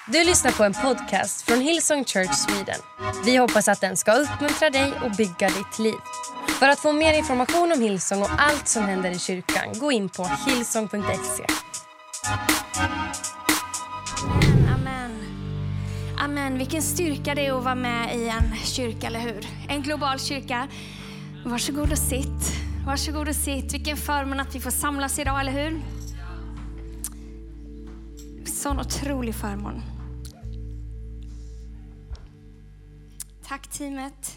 Du lyssnar på en podcast från Hillsong Church Sweden. Vi hoppas att den ska uppmuntra dig och bygga ditt liv. För att få mer information om Hillsong och allt som händer i kyrkan, gå in på hillsong.se. Amen. Vilken styrka det är att vara med i en kyrka, eller hur? En global kyrka. Varsågod och sitt. Varsågod och sitt. Vilken förmån att vi får samlas idag, eller hur? Sån otrolig förmån. Tack teamet.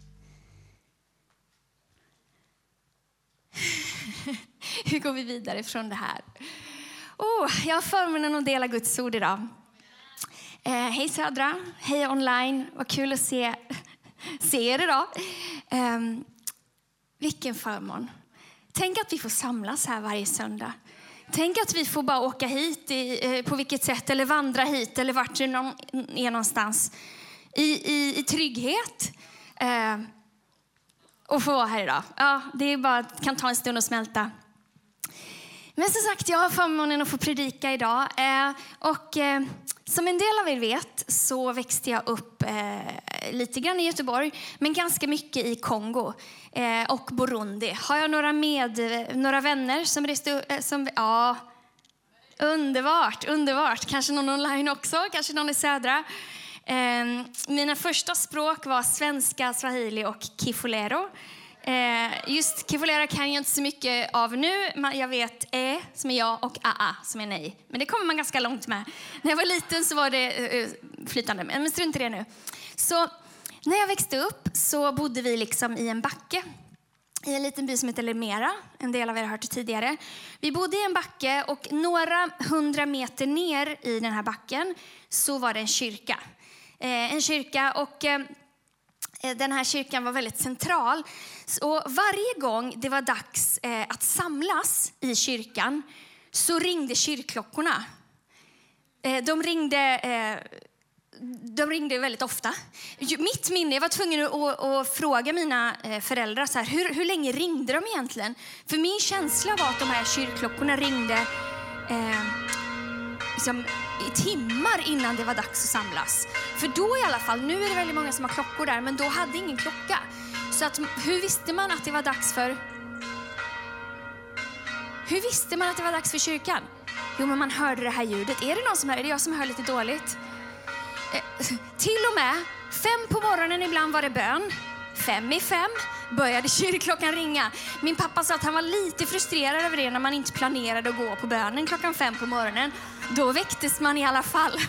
Hur går vi vidare från det här? Jag har förmånen att dela Guds ord idag. Hej Södra, hej online. Vad kul att se er idag. Vilken förmån. Tänk att vi får samlas här varje söndag. Tänk att vi får bara åka hit på vilket sätt, eller vandra hit, eller vart det är någonstans. I trygghet. Och få vara här idag. Ja, det är bara, kan ta en stund att smälta. Men som sagt, jag har förmånen att få predika idag. Som en del av er vet så växte jag upp lite grann i Göteborg, men ganska mycket i Kongo och Burundi. Har jag några vänner som reste ja, underbart. Kanske någon online också, kanske någon i södra. Mina första språk var svenska, swahili och kifulero. Just kifulero kan jag inte så mycket av nu. Jag vet som är ja och som är nej. Men det kommer man ganska långt med. När jag var liten så var det flytande. Men strunt i det nu. Så när jag växte upp så bodde vi liksom i en backe. I en liten by som heter Lemera. En del av er har hört det tidigare. Vi bodde i en backe och några 100 meter ner i den här backen så var det en kyrka. Och den här kyrkan var väldigt central. Och varje gång det var dags att samlas i kyrkan så ringde kyrkklockorna. De ringde väldigt ofta. Mitt minne, jag var tvungen att fråga mina föräldrar så här, hur länge ringde de egentligen? För min känsla var att de här kyrkklockorna ringde liksom i timmar innan det var dags att samlas. För då i alla fall, nu är det väldigt många som har klockor där, men då hade ingen klocka. Så att, hur visste man att det var dags för kyrkan? Jo, men man hörde det här ljudet. Är det någon som hör? Är det jag som hör lite dåligt? Till och med 5 på morgonen ibland var det bön. 5:05 började kyrkklockan ringa. Min pappa sa att han var lite frustrerad över det när man inte planerade att gå på bönen 5 på morgonen. Då väcktes man i alla fall.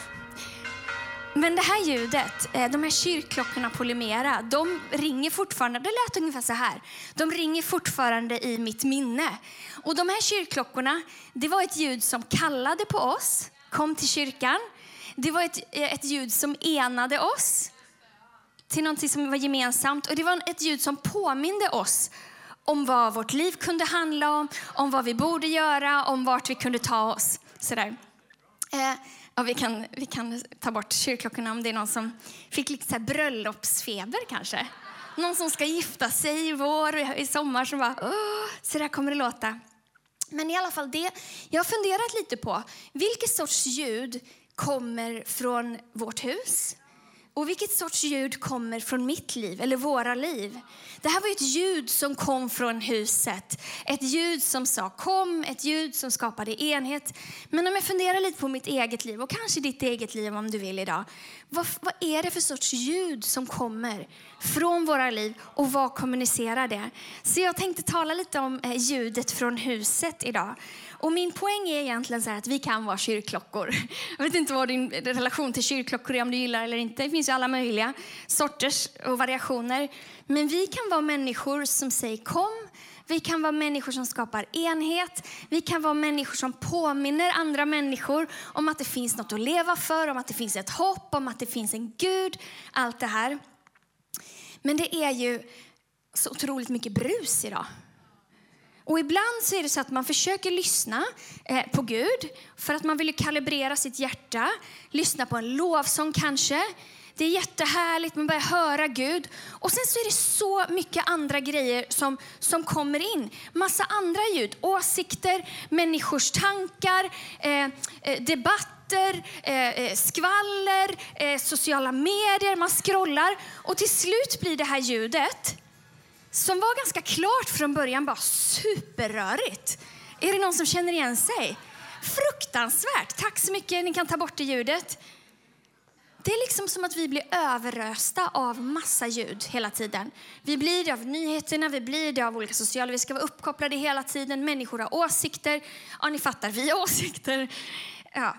Men det här ljudet, de här kyrkklockorna på Lemera, de ringer fortfarande. Det lät ungefär så här. De ringer fortfarande i mitt minne. Och de här kyrkklockorna, det var ett ljud som kallade på oss. Kom till kyrkan. Det var ett ljud som enade oss till någonting som var gemensamt. Och det var ett ljud som påminde oss om vad vårt liv kunde handla om vad vi borde göra, om vart vi kunde ta oss. Sådär. Ja, vi kan ta bort kyrkklockorna om det är någon som fick lite så här bröllopsfeber kanske. Någon som ska gifta sig i vår och i sommar som bara, så där kommer det låta. Men i alla fall jag har funderat lite på vilket sorts ljud kommer från vårt hus. Och vilket sorts ljud kommer från mitt liv eller våra liv? Det här var ett ljud som kom från huset. Ett ljud som sa kom, ett ljud som skapade enhet. Men om jag funderar lite på mitt eget liv och kanske ditt eget liv om du vill idag. Vad är det för sorts ljud som kommer från våra liv och vad kommunicerar det? Så jag tänkte tala lite om ljudet från huset idag. Och min poäng är egentligen så här att vi kan vara kyrkklockor. Jag vet inte vad din relation till kyrkklockor är, om du gillar eller inte. Det finns ju alla möjliga sorters och variationer. Men vi kan vara människor som säger kom. Vi kan vara människor som skapar enhet. Vi kan vara människor som påminner andra människor om att det finns något att leva för. Om att det finns ett hopp, om att det finns en Gud. Allt det här. Men det är ju så otroligt mycket brus idag. Och ibland så är det så att man försöker lyssna på Gud för att man vill kalibrera sitt hjärta. Lyssna på en lovsång kanske. Det är jättehärligt, man börjar höra Gud. Och sen så är det så mycket andra grejer som kommer in. Massa andra ljud, åsikter, människors tankar, debatt. nyheter, skvaller, sociala medier. Man scrollar och till slut blir det här ljudet, som var ganska klart från början, bara superrörigt. Är det någon som känner igen sig? Fruktansvärt. Tack så mycket, ni kan ta bort det ljudet. Det är liksom som att vi blir överrösta av massa ljud hela tiden. Vi blir det av nyheterna, vi blir det av olika sociala. Vi ska vara uppkopplade hela tiden. Människor har åsikter. Ja, ni fattar, vi har åsikter. Ja,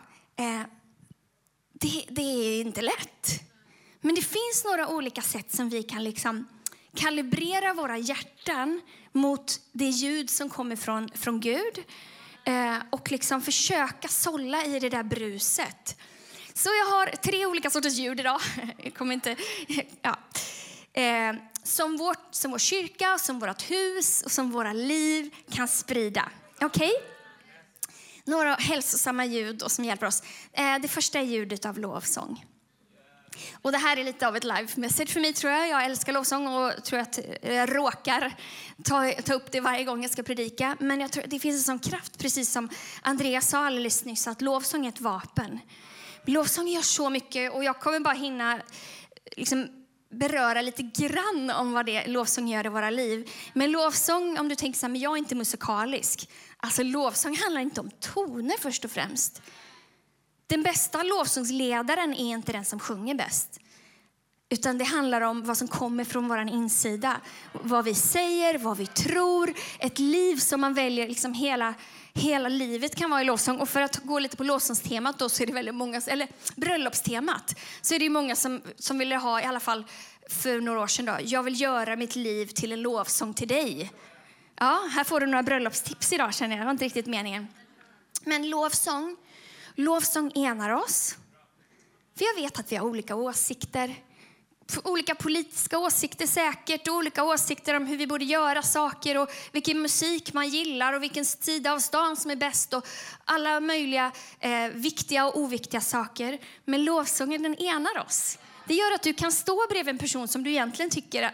det är inte lätt. Men det finns några olika sätt som vi kan liksom kalibrera våra hjärtan mot det ljud som kommer från Gud. Och liksom försöka sålla i det där bruset. Så jag har 3 olika sorters ljud idag. Jag kommer inte, ja. Som vår kyrka, som vårt hus och som våra liv kan sprida. Okej? Några hälsosamma ljud då som hjälper oss. Det första är ljudet av lovsång. Och det här är lite av ett live-message för mig, tror jag. Jag älskar lovsång och tror att jag råkar ta upp det varje gång jag ska predika. Men jag tror att det finns en sån kraft, precis som Andreas sa alldeles nyss, att lovsång är ett vapen. Lovsång gör så mycket och jag kommer bara hinna liksom beröra lite grann om vad det lovsång gör i våra liv. Men lovsång, om du tänker så här, men jag är inte musikalisk. Alltså lovsång handlar inte om toner först och främst. Den bästa lovsångsledaren är inte den som sjunger bäst. Utan det handlar om vad som kommer från vår insida. Vad vi säger, vad vi tror. Ett liv som man väljer, liksom hela livet kan vara i lovsång. Och för att gå lite på lovsångstemat då, så är det väldigt många, eller bröllopstemat. Så är det många som ville ha, i alla fall för några år sedan då. Jag vill göra mitt liv till en lovsång till dig. Ja, här får du några bröllopstips idag, känner jag. Det var inte riktigt meningen. Men lovsång enar oss. För jag vet att vi har olika åsikter. Olika politiska åsikter säkert. Och olika åsikter om hur vi borde göra saker. Och vilken musik man gillar. Och vilken sida av stan som är bäst. Och alla möjliga viktiga och oviktiga saker. Men lovsången, den enar oss. Det gör att du kan stå bredvid en person som du egentligen tycker...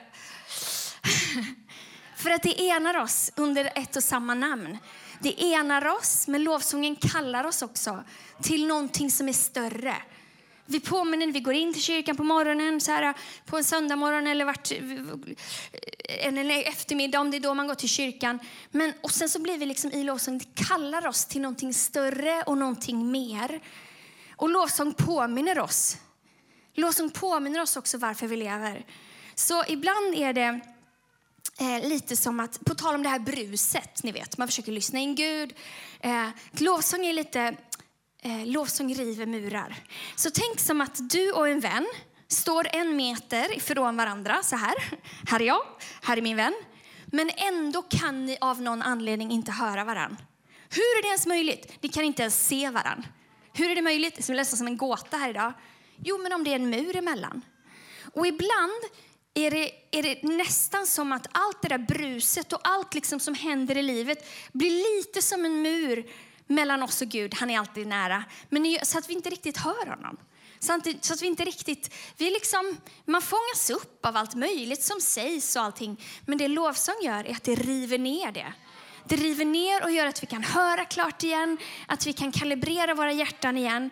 För att det enar oss under ett och samma namn. Det enar oss, men lovsången kallar oss också till någonting som är större. Vi påminner, vi går in till kyrkan på morgonen, så här, på en söndag morgon eller en eftermiddag om det är då man går till kyrkan. Och sen så blir vi liksom i lovsång, det kallar oss till någonting större och någonting mer. Och lovsång påminner oss. Lovsång påminner oss också varför vi lever. Så ibland är det... lite som att, på tal om det här bruset, ni vet, man försöker lyssna in Gud. Lovsång är lite, lovsång river murar. Så tänk som att du och en vän står 1 meter ifrån varandra, så här. Här är jag, här är min vän. Men ändå kan ni av någon anledning inte höra varann. Hur är det ens möjligt? Ni kan inte ens se varann. Hur är det möjligt? Det är nästan som en gåta här idag. Jo, men om det är en mur emellan. Och ibland... är det nästan som att allt det där bruset och allt liksom som händer i livet blir lite som en mur mellan oss och Gud. Han är alltid nära. Men så att vi inte riktigt hör honom. Så att vi inte riktigt... man fångas upp av allt möjligt som sägs och allting. Men det lovsång gör är att det river ner det. Det river ner och gör att vi kan höra klart igen. Att vi kan kalibrera våra hjärtan igen.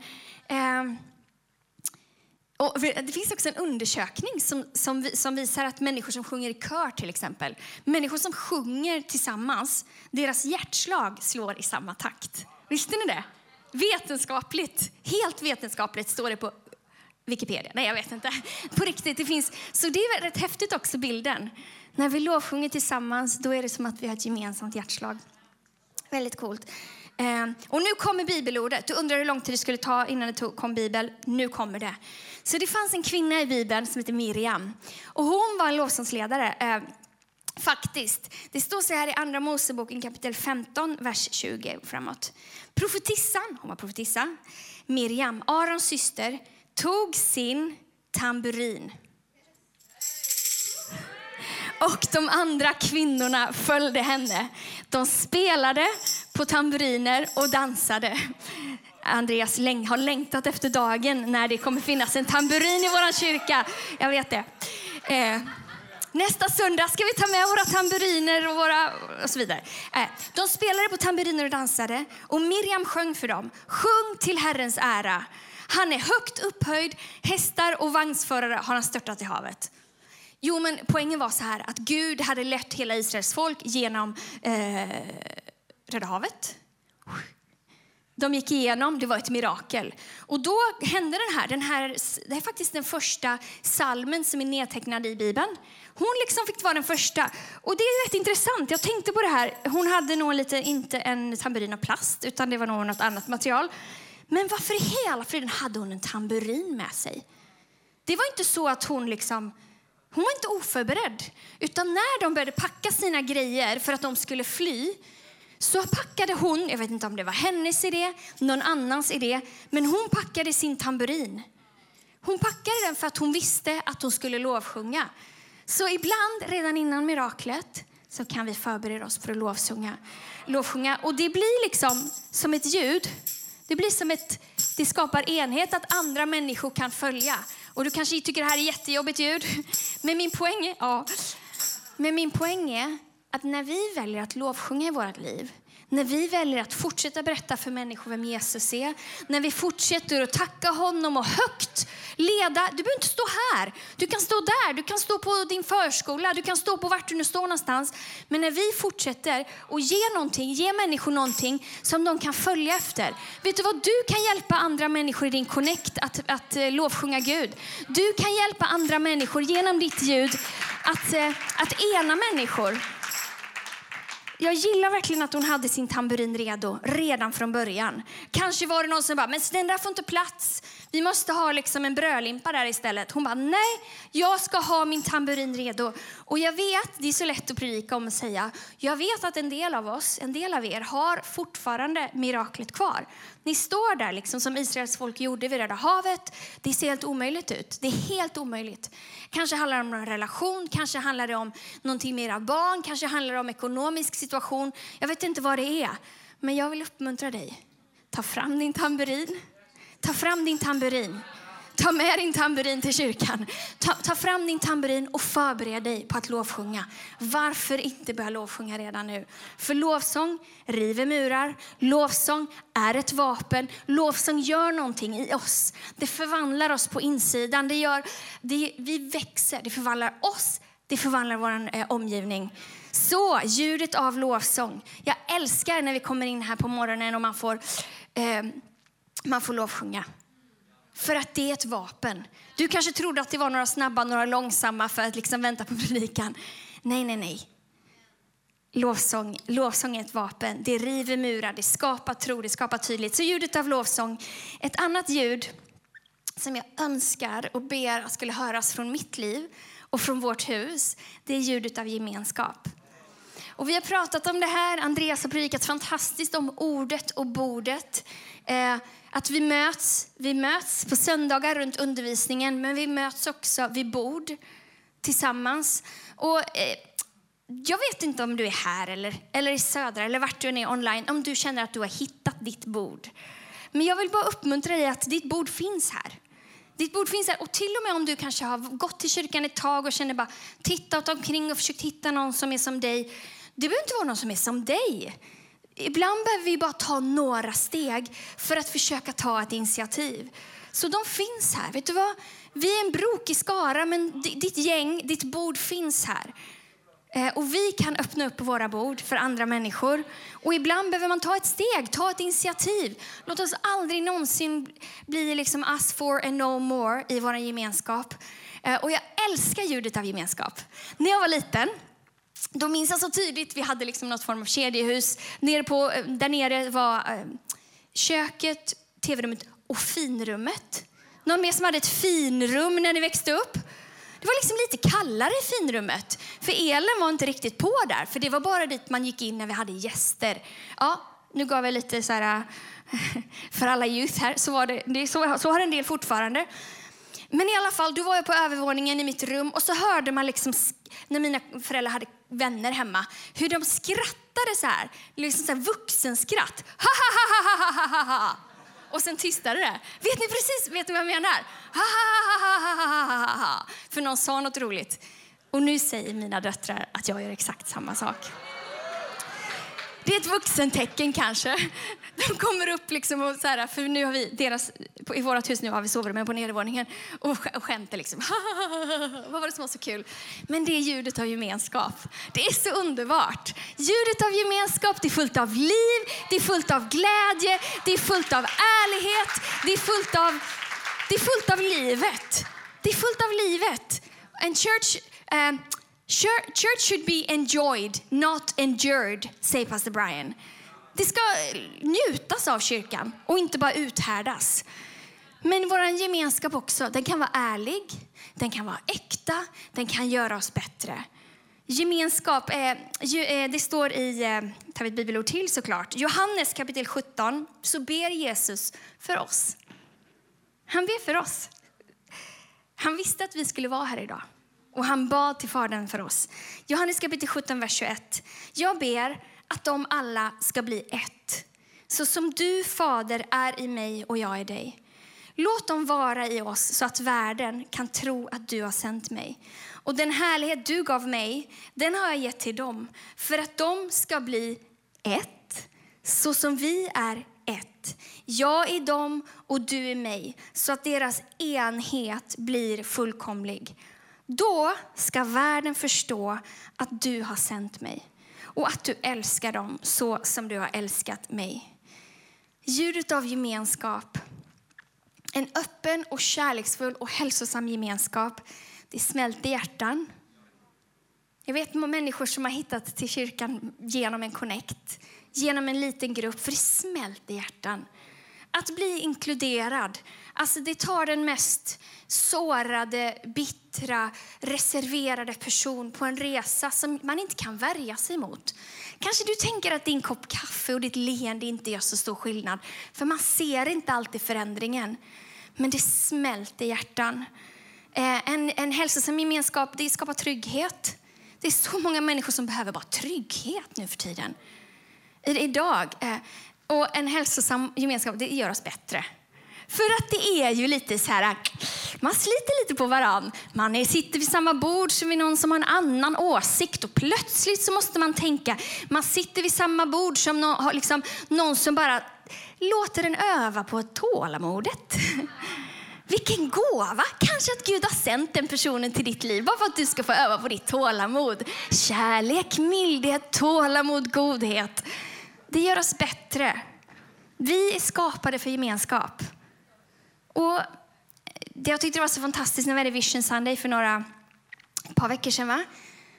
Och det finns också en undersökning som visar att människor som sjunger i kör till exempel, människor som sjunger tillsammans, deras hjärtslag slår i samma takt. Visste ni det? Vetenskapligt, helt vetenskapligt står det på Wikipedia. Nej, jag vet inte. På riktigt, det finns. Så det är rätt häftigt också, bilden. När vi lovsjunger tillsammans, då är det som att vi har ett gemensamt hjärtslag. Väldigt coolt. Och nu kommer bibelordet. Du undrar hur lång tid det skulle ta innan det kom bibel. Nu kommer det. Så det fanns en kvinna i bibeln som heter Miriam. Och hon var en lovsångsledare. Faktiskt. Det står så här i Andra Moseboken kapitel 15, vers 20 framåt. Hon var profetissa, Miriam, Arons syster, tog sin tamburin. Och de andra kvinnorna följde henne. De spelade på tamburiner och dansade. Andreas har längtat efter dagen när det kommer finnas en tamburin i våran kyrka. Jag vet det. Nästa söndag ska vi ta med våra tamburiner och så vidare. De spelade på tamburiner och dansade. Och Miriam sjöng för dem. Sjung till Herrens ära. Han är högt upphöjd. Hästar och vagnsförare har han störtat i havet. Jo, men poängen var så här att Gud hade lett hela Israels folk genom Röda havet. De gick igenom, det var ett mirakel. Och då hände den här, det är faktiskt den första salmen som är nedtecknad i Bibeln. Hon liksom fick vara den första. Och det är rätt intressant, jag tänkte på det här. Hon hade nog inte en tamburin av plast, utan det var nog något annat material. Men varför i hela friden hade hon en tamburin med sig? Det var inte så att hon var inte oförberedd. Utan när de började packa sina grejer för att de skulle fly, så packade hon, jag vet inte om det var hennes idé, någon annans idé, men hon packade sin tamburin. Hon packade den för att hon visste att hon skulle lovsjunga. Så ibland, redan innan miraklet, så kan vi förbereda oss för att lovsjunga. Och det blir liksom som ett ljud. Det blir som det skapar enhet att andra människor kan följa. Och du kanske tycker det här är jättejobbigt ljud. Men min poäng är att när vi väljer att lovsjunga i vårt liv, när vi väljer att fortsätta berätta för människor vem Jesus är, när vi fortsätter att tacka honom och högt leda, du behöver inte stå här, du kan stå där, du kan stå på din förskola, du kan stå på vart du nu står någonstans. Men när vi fortsätter och ge människor någonting som de kan följa efter. Vet du vad, du kan hjälpa andra människor i din connect att lovsjunga Gud. Du kan hjälpa andra människor genom ditt ljud att ena människor. Jag gillar verkligen att hon hade sin tamburin redo redan från början. Kanske var det någon som bara, men den där får inte plats. Vi måste ha liksom en brödlimpa där istället. Hon bara, nej, jag ska ha min tamburin redo. Och jag vet, det är så lätt att predika om och säga. Jag vet att en del av er har fortfarande miraklet kvar. Ni står där liksom som Israels folk gjorde vid Röda havet. Det ser helt omöjligt ut. Det är helt omöjligt. Kanske handlar det om någon relation. Kanske handlar det om någonting mer av barn. Kanske handlar det om ekonomisk situation. Jag vet inte vad det är. Men jag vill uppmuntra dig. Ta fram din tamburin. Ta fram din tamburin. Ta med din tamburin till kyrkan. Ta fram din tamburin och förbered dig på att lovsjunga. Varför inte börja lovsjunga redan nu? För lovsång river murar. Lovsång är ett vapen. Lovsång gör någonting i oss. Det förvandlar oss på insidan. Vi växer. Det förvandlar oss. Det förvandlar vår omgivning. Så ljudet av lovsång. Jag älskar när vi kommer in här på morgonen och man får lovsjunga. För att det är ett vapen. Du kanske trodde att det var några snabba, några långsamma för att liksom vänta på predikan. Nej. Lovsång är ett vapen. Det river murar, det skapar tro, det skapar tydligt. Så ljudet av lovsång. Ett annat ljud som jag önskar och ber att skulle höras från mitt liv och från vårt hus. Det är ljudet av gemenskap. Och vi har pratat om det här. Andreas har predikat fantastiskt om ordet och bordet. Att vi möts på söndagar runt undervisningen. Men vi möts också vid bord tillsammans. Och jag vet inte om du är här eller i södra eller vart du är online. Om du känner att du har hittat ditt bord. Men jag vill bara uppmuntra dig att ditt bord finns här. Ditt bord finns här. Och till och med om du kanske har gått till kyrkan ett tag och känner bara tittat omkring och försökt hitta någon som är som dig. Det behöver inte vara någon som är som dig. Ibland behöver vi bara ta några steg för att försöka ta ett initiativ. Så de finns här. Vet du vad? Vi är en brokig skara, men ditt bord finns här. Och vi kan öppna upp våra bord för andra människor. Och ibland behöver man ta ett steg, ta ett initiativ. Låt oss aldrig någonsin bli liksom us for and no more i vår gemenskap. Och jag älskar ljudet av gemenskap. När jag var liten, då minns jag så tydligt, vi hade liksom något form av kedjehus. Där nere var köket, tv-rummet och finrummet. Någon mer som hade ett finrum när ni växte upp? Det var liksom lite kallare i finrummet. För elen var inte riktigt på där. För det var bara dit man gick in när vi hade gäster. Ja, nu gav jag lite så här för alla youth här. Så har en del fortfarande. Men i alla fall, då var jag på övervåningen i mitt rum. Och så hörde man liksom, när mina föräldrar hade vänner hemma, hur de skrattade så här. Liksom så här vuxenskratt. Ha ha ha ha ha ha ha. Och sen tystade det. Vet ni vad jag menar? Ha ha ha ha ha ha ha. För någon sa något roligt. Och nu säger mina döttrar att jag gör exakt samma sak. Det är ett vuxentecken kanske. De kommer upp liksom och så här, för nu har vi i vårt hus nu har vi sovrummen på nedervåningen och skämtar liksom. Vad var det som var så kul? Men det är ljudet av gemenskap. Det är så underbart. Ljudet av gemenskap, det är fullt av liv, det är fullt av glädje, det är fullt av ärlighet, det är fullt av livet. Det är fullt av livet. En church should be enjoyed, not endured, säger pastor Brian. Det ska njutas av kyrkan och inte bara uthärdas. Men vår gemenskap också, den kan vara ärlig, den kan vara äkta, den kan göra oss bättre. Gemenskap, det står i, tar vi ett bibelord till såklart. Johannes kapitel 17, så ber Jesus för oss. Han ber för oss. Han visste att vi skulle vara här idag. Och han bad till Fadern för oss. Johannes kapitel 17, vers 21. Jag ber att de alla ska bli ett. Så som du, Fader, är i mig och jag i dig. Låt dem vara i oss så att världen kan tro att du har sänt mig. Och den härlighet du gav mig, den har jag gett till dem. För att de ska bli ett, så som vi är ett. Jag i dem och du i mig. Så att deras enhet blir fullkomlig. Då ska världen förstå att du har sänt mig. Och att du älskar dem så som du har älskat mig. Ljudet av gemenskap. En öppen och kärleksfull och hälsosam gemenskap. Det smälter hjärtan. Jag vet människor som har hittat till kyrkan genom en connect. Genom en liten grupp. För det smälter hjärtan. Att bli inkluderad. Alltså det tar den mest sårade, bittra, reserverade person på en resa som man inte kan värja sig emot. Kanske du tänker att din kopp kaffe och ditt leende inte gör så stor skillnad. För man ser inte alltid förändringen. Men det smälter hjärtan. En hälsosam gemenskap, det skapar trygghet. Det är så många människor som behöver bara trygghet nu för tiden. Idag. Och en hälsosam gemenskap, det gör oss bättre. För att det är ju lite så här, man sliter lite på varann. Man sitter vid samma bord som vid någon som har en annan åsikt. Och plötsligt så måste man tänka, man sitter vid samma bord som någon som bara låter den öva på tålamodet. Vilken gåva! Kanske att Gud har sänt den personen till ditt liv bara för att du ska få öva på ditt tålamod. Kärlek, mildhet, tålamod, godhet. Det gör oss bättre. Vi är skapade för gemenskap. Och jag tyckte det var så fantastiskt när vi hade Vision Sunday för ett par veckor sedan, va?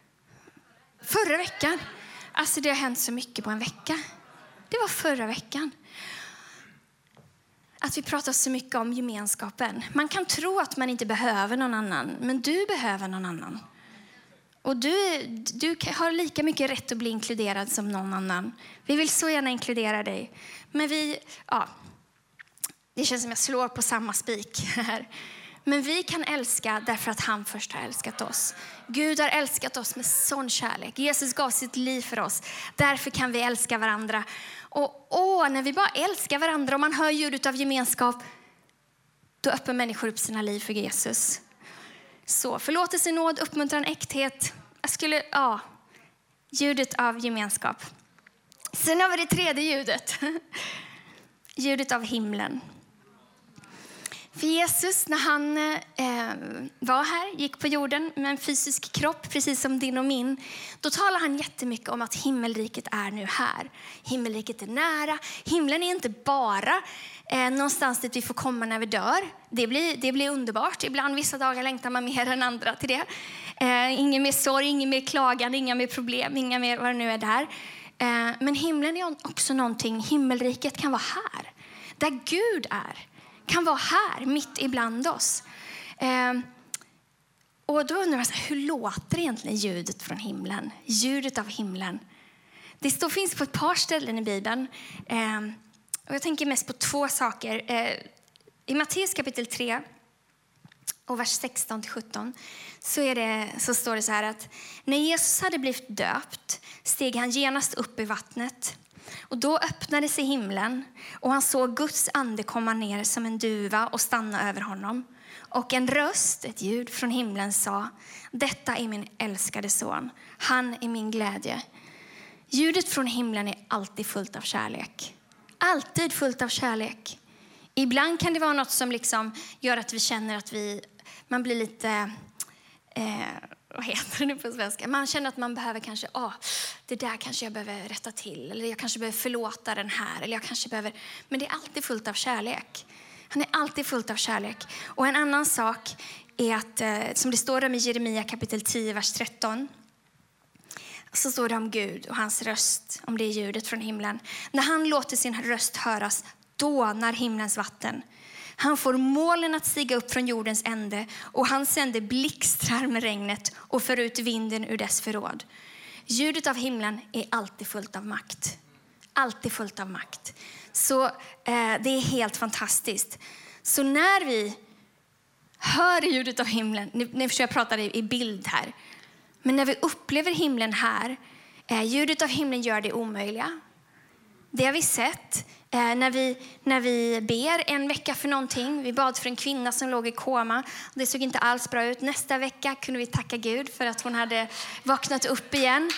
Förra veckan. Alltså det har hänt så mycket på en vecka. Det var förra veckan. Att vi pratar så mycket om gemenskapen. Man kan tro att man inte behöver någon annan. Men du behöver någon annan. Och du har lika mycket rätt att bli inkluderad som någon annan. Vi vill så gärna inkludera dig. Men det känns som jag slår på samma spik här. Men vi kan älska därför att han först har älskat oss. Gud har älskat oss med sån kärlek. Jesus gav sitt liv för oss. Därför kan vi älska varandra. Och när vi bara älskar varandra och man hör ljudet av gemenskap, då öppnar människor upp sina liv för Jesus. Så förlåtelse, nåd, uppmuntran, äkthet. Ljudet av gemenskap. Sen har vi det tredje ljudet. Ljudet av himlen. För Jesus, när han var här, gick på jorden med en fysisk kropp, precis som din och min, då talar han jättemycket om att himmelriket är nu här. Himmelriket är nära. Himlen är inte bara någonstans dit vi får komma när vi dör. Det blir underbart. Ibland vissa dagar längtar man mer än andra till det. Ingen mer sorg, ingen mer klagande, inga mer problem, inga mer vad det nu är där. Men himlen är också någonting. Himmelriket kan vara här. Där Gud är. Kan vara här, mitt ibland oss. Och då undrar man, hur låter egentligen ljudet från himlen? Ljudet av himlen. Det finns på ett par ställen i Bibeln. Och jag tänker mest på två saker. I Matteus kapitel 3 och vers 16-17 så står det så här att när Jesus hade blivit döpt steg han genast upp i vattnet. Och då öppnade sig himlen och han såg Guds ande komma ner som en duva och stanna över honom. Och en röst, ett ljud från himlen sa: detta är min älskade son. Han är min glädje. Ljudet från himlen är alltid fullt av kärlek. Alltid fullt av kärlek. Ibland kan det vara något som liksom gör att vi känner att man blir lite... vad heter det nu på svenska? Man känner att man behöver kanske, det där kanske jag behöver rätta till. Eller jag kanske behöver förlåta den här. Eller jag kanske behöver... Men det är alltid fullt av kärlek. Han är alltid fullt av kärlek. Och en annan sak är att, som det står om i Jeremia kapitel 10, vers 13. Så står det om Gud och hans röst, om det är ljudet från himlen. När han låter sin röst höras, dånar himlens vatten. Han får molnen att stiga upp från jordens ände och han sänder blixtrar med regnet och för ut vinden ur dess förråd. Ljudet av himlen är alltid fullt av makt. Alltid fullt av makt. Så det är helt fantastiskt. Så när vi hör ljudet av himlen, nu försöker jag prata i bild här. Men när vi upplever himlen här, ljudet av himlen gör det omöjliga. Det har vi sett när vi ber en vecka för någonting. Vi bad för en kvinna som låg i koma. Det såg inte alls bra ut. Nästa vecka kunde vi tacka Gud för att hon hade vaknat upp igen.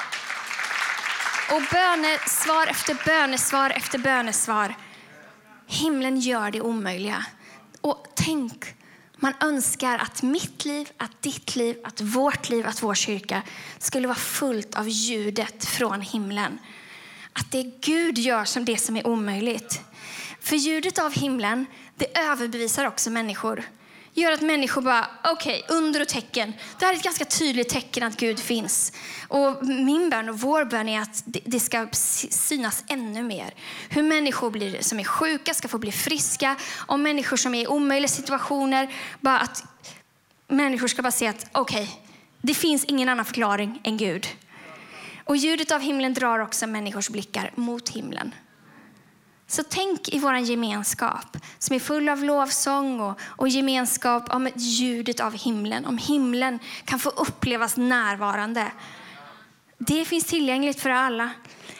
Och bönesvar efter bönesvar efter bönesvar. Himlen gör det omöjliga. Och tänk, man önskar att mitt liv, att ditt liv, att vårt liv, att vår kyrka skulle vara fullt av ljudet från himlen. Att det Gud gör som det som är omöjligt. För ljudet av himlen, det överbevisar också människor. Gör att människor bara, okej, under och tecken. Det här är ett ganska tydligt tecken att Gud finns. Och min bön och vår bön är att det ska synas ännu mer. Hur människor som är sjuka ska få bli friska. Om människor som är i omöjliga situationer. Bara att människor ska bara se att okej, det finns ingen annan förklaring än Gud. Och ljudet av himlen drar också människors blickar mot himlen. Så tänk i vår gemenskap som är full av lovsång och gemenskap om ljudet av himlen. Om himlen kan få upplevas närvarande. Det finns tillgängligt för alla.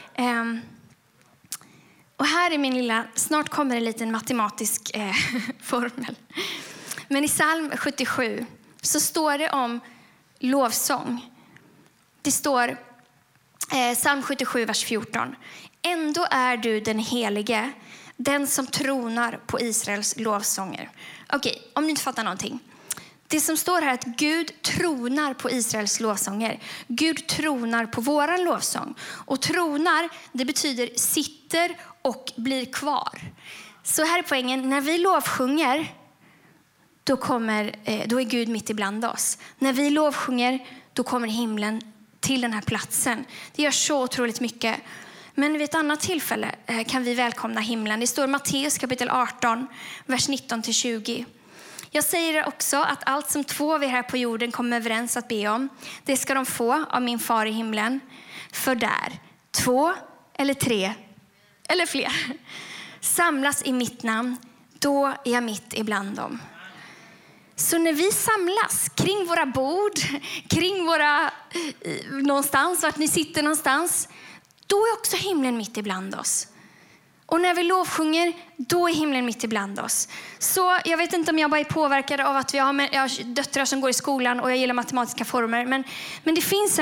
Och här är min lilla, snart kommer en liten matematisk formel. Men i psalm 77 så står det om lovsång. Det står psalm 77, vers 14. Ändå är du den helige, den som tronar på Israels lovsånger. Okej, om ni inte fattar någonting. Det som står här är att Gud tronar på Israels lovsånger. Gud tronar på våran lovsång. Och tronar, det betyder sitter och blir kvar. Så här är poängen, när vi lovsjunger, då är Gud mitt ibland oss. När vi lovsjunger, då kommer himlen till den här platsen. Det gör så otroligt mycket. Men vid ett annat tillfälle kan vi välkomna himlen. Det står i Matteus kapitel 18, vers 19-20. Jag säger också att allt som två av er här på jorden kommer överens att be om, det ska de få av min far i himlen. För där, 2 eller 3 eller fler samlas i mitt namn, då är jag mitt ibland dem. Så när vi samlas kring våra bord, kring våra någonstans, vart ni sitter någonstans, då är också himlen mitt ibland oss. Och när vi lovsjunger, då är himlen mitt ibland oss. Så jag vet inte om jag bara är påverkad av att jag har döttrar som går i skolan och jag gillar matematiska former. Men det finns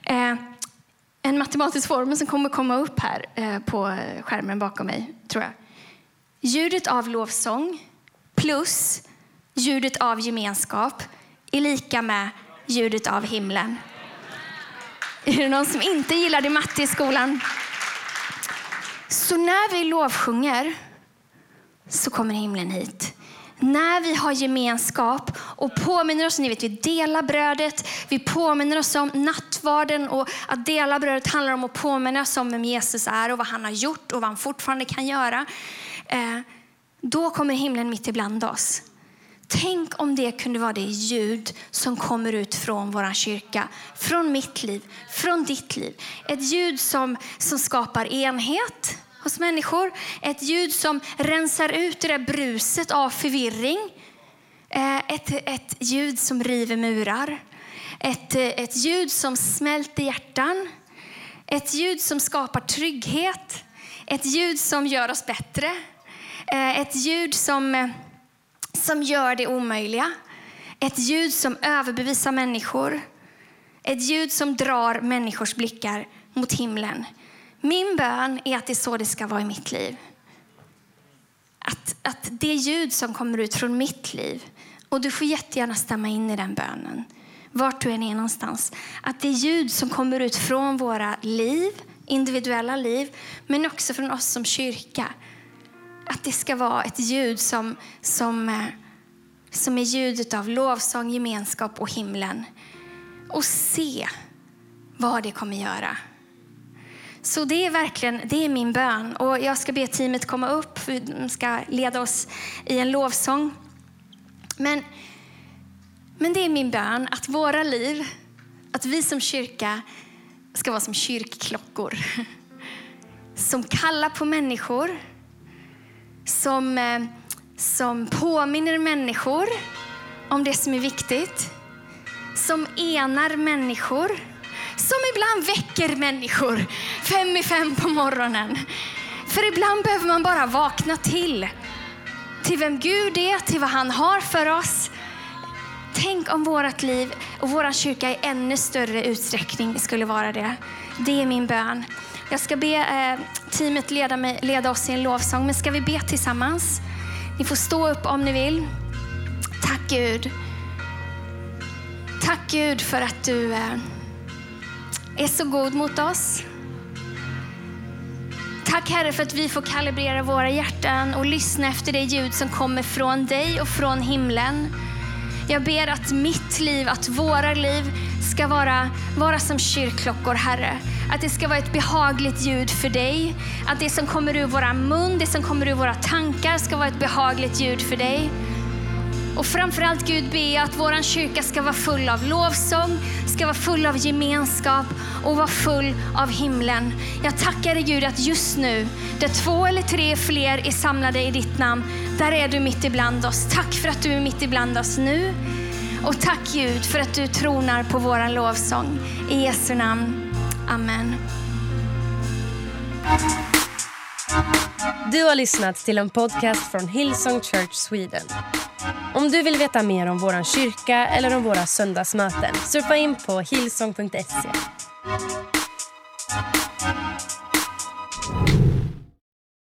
en matematisk formel som kommer komma upp här på skärmen bakom mig, tror jag. Ljudet av lovsång plus ljudet av gemenskap är lika med ljudet av himlen. Är det någon som inte gillar det matte i skolan? Så när vi lovsjunger så kommer himlen hit. När vi har gemenskap och påminner oss, ni vet, vi delar brödet, vi påminner oss om nattvarden, och att dela brödet handlar om att påminna oss om vem Jesus är och vad han har gjort och vad han fortfarande kan göra. Då kommer himlen mitt ibland oss. Tänk om det kunde vara det ljud som kommer ut från vår kyrka, från mitt liv, från ditt liv. Ett ljud som skapar enhet hos människor. Ett ljud som rensar ut det där bruset av förvirring. Ett ljud som river murar. Ett ljud som smälter hjärtan. Ett ljud som skapar trygghet. Ett ljud som gör oss bättre. Ett ljud som som gör det omöjliga. Ett ljud som överbevisar människor. Ett ljud som drar människors blickar mot himlen. Min bön är att det är så det ska vara i mitt liv. Att det ljud som kommer ut från mitt liv, och du får jättegärna stämma in i den bönen, vart du än är någonstans. Att det ljud som kommer ut från våra liv, individuella liv, men också från oss som kyrka. Att det ska vara ett ljud som är ljudet av lovsång, gemenskap och himlen. Och se vad det kommer göra. Så det är min bön. Och jag ska be teamet komma upp. För de ska leda oss i en lovsång. Men det är min bön att våra liv, att vi som kyrka ska vara som kyrkklockor. Som kallar på människor. Som påminner människor om det som är viktigt. Som enar människor. Som ibland väcker människor 5:05 på morgonen. För ibland behöver man bara vakna till vem Gud är, till vad han har för oss. Tänk om vårt liv och vår kyrka i ännu större utsträckning skulle vara det. Det är min bön. Jag ska be teamet leda oss i en lovsång. Men ska vi be tillsammans? Ni får stå upp om ni vill. Tack Gud. Tack Gud för att du är så god mot oss. Tack Herre för att vi får kalibrera våra hjärtan och lyssna efter det ljud som kommer från dig och från himlen. Jag ber att mitt liv, att våra liv ska vara som kyrkklockor, Herre. Att det ska vara ett behagligt ljud för dig. Att det som kommer ur våra mun, det som kommer ur våra tankar ska vara ett behagligt ljud för dig. Och framförallt Gud, be att våran kyrka ska vara full av lovsång, ska vara full av gemenskap och vara full av himlen. Jag tackar dig Gud att just nu, där 2 eller 3 fler är samlade i ditt namn, där är du mitt ibland oss. Tack för att du är mitt ibland oss nu. Och tack Gud för att du tronar på våran lovsång. I Jesu namn. Amen. Du har lyssnat till en podcast från Hillsong Church Sweden. Om du vill veta mer om våran kyrka eller om våra söndagsmöten, surfa in på hillsong.se.